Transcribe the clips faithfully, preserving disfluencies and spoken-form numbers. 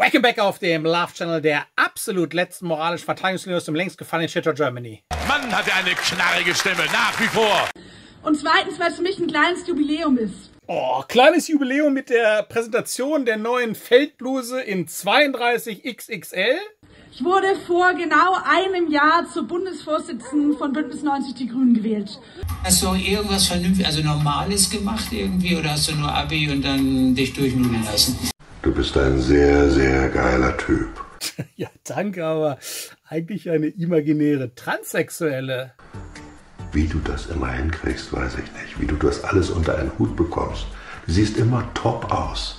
Welcome back auf dem Love Channel der absolut letzten moralisch Verteidigungslinie aus dem längst gefallenen Shit of Germany. Mann, hat er eine knarrige Stimme, nach wie vor. Und zweitens, weil es für mich ein kleines Jubiläum ist. Oh, kleines Jubiläum mit der Präsentation der neuen Feldbluse in zweiunddreißig X X L. Ich wurde vor genau einem Jahr zur Bundesvorsitzenden von Bündnis neunzig Die Grünen gewählt. Hast du irgendwas Vernünftiges, also Normales gemacht irgendwie, oder hast du nur Abi und dann dich durchnudeln lassen? Du bist ein sehr, sehr geiler Typ. Ja, danke, aber eigentlich eine imaginäre Transsexuelle. Wie du das immer hinkriegst, weiß ich nicht. Wie du das alles unter einen Hut bekommst. Du siehst immer top aus.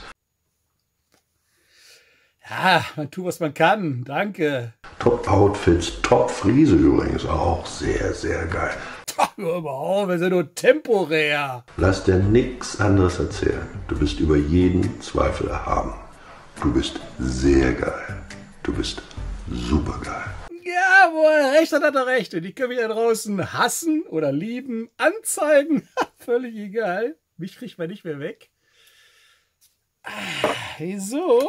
Ja, man tut, was man kann. Danke. Top-Outfits, Top-Friese übrigens auch. Sehr, sehr geil. Hör mal auf, wir sind nur temporär. Lass dir nichts anderes erzählen. Du bist über jeden Zweifel erhaben. Du bist sehr geil. Du bist super geil. Ja, wo er recht hat, hat er recht. Und die können mich da draußen hassen oder lieben, anzeigen. Völlig egal. Mich kriegt man nicht mehr weg. Ah, wieso?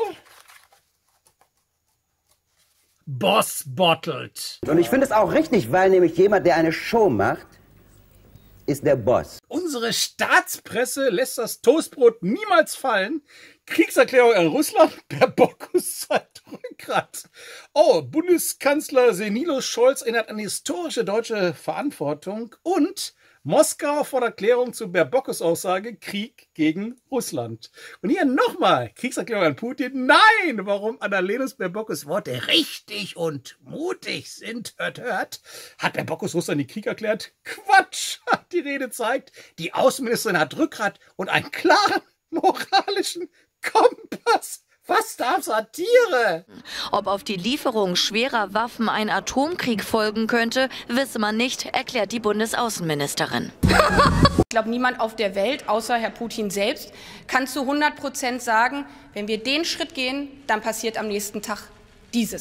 Boss bottled. Und ich finde es auch richtig, weil nämlich jemand, der eine Show macht, ist der Boss. Unsere Staatspresse lässt das Toastbrot niemals fallen. Kriegserklärung an Russland, Baerbockes zeigt Rückgrat. Oh, Bundeskanzler Senilo Scholz erinnert an die historische deutsche Verantwortung und Moskau fordert Klärung zu Baerbockes Aussage Krieg gegen Russland. Und hier nochmal Kriegserklärung an Putin. Nein, warum Annalenas Baerbockes Worte richtig und mutig sind, hört, hört, hat Baerbockes Russland den Krieg erklärt? Quatsch! Die Rede zeigt, die Außenministerin hat Rückgrat und einen klaren moralischen Kompass. Was darf Satire? Ob auf die Lieferung schwerer Waffen ein Atomkrieg folgen könnte, wisse man nicht, erklärt die Bundesaußenministerin. Ich glaube, niemand auf der Welt, außer Herr Putin selbst, kann zu hundert Prozent sagen, wenn wir den Schritt gehen, dann passiert am nächsten Tag dieses.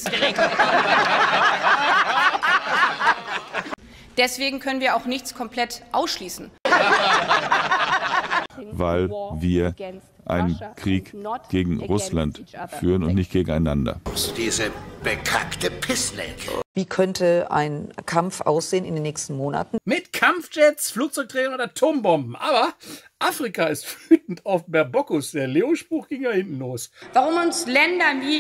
Deswegen können wir auch nichts komplett ausschließen. Weil wir einen Krieg gegen Russland führen und nicht gegeneinander. Diese bekackte Pissnelke. Wie könnte ein Kampf aussehen in den nächsten Monaten? Mit Kampfjets, Flugzeugträgern und Atombomben. Aber Afrika ist wütend auf Baerbockes. Der Leo-Spruch ging ja hinten los. Warum uns Länder wie,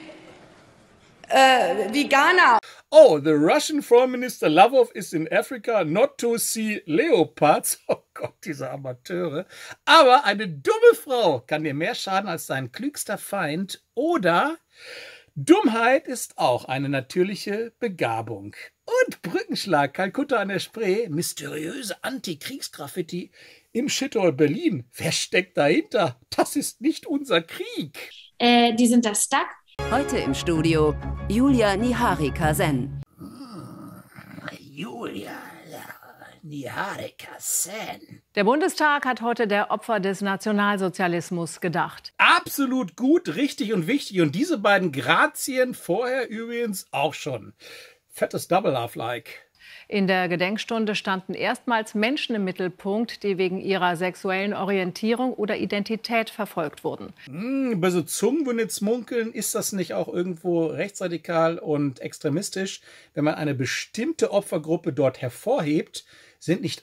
äh, wie Ghana... Oh, the Russian Foreign Minister Lavrov is in Africa not to see leopards. Oh Gott, diese Amateure. Aber eine dumme Frau kann dir mehr schaden als dein klügster Feind. Oder Dummheit ist auch eine natürliche Begabung. Und Brückenschlag, Kalkutta an der Spree, mysteriöse Antikriegsgraffiti im Shithole Berlin. Wer steckt dahinter? Das ist nicht unser Krieg. Äh, die sind da stuck. Heute im Studio Julia Niharika-Sen. Julia Niharika-Sen. Der Bundestag hat heute der Opfer des Nationalsozialismus gedacht. Absolut gut, richtig und wichtig. Und diese beiden Grazien vorher übrigens auch schon. Fettes Double-Love-like. In der Gedenkstunde standen erstmals Menschen im Mittelpunkt, die wegen ihrer sexuellen Orientierung oder Identität verfolgt wurden. Hm, bei so Zungen würden jetzt munkeln, ist das nicht auch irgendwo rechtsradikal und extremistisch? Wenn man eine bestimmte Opfergruppe dort hervorhebt, sind nicht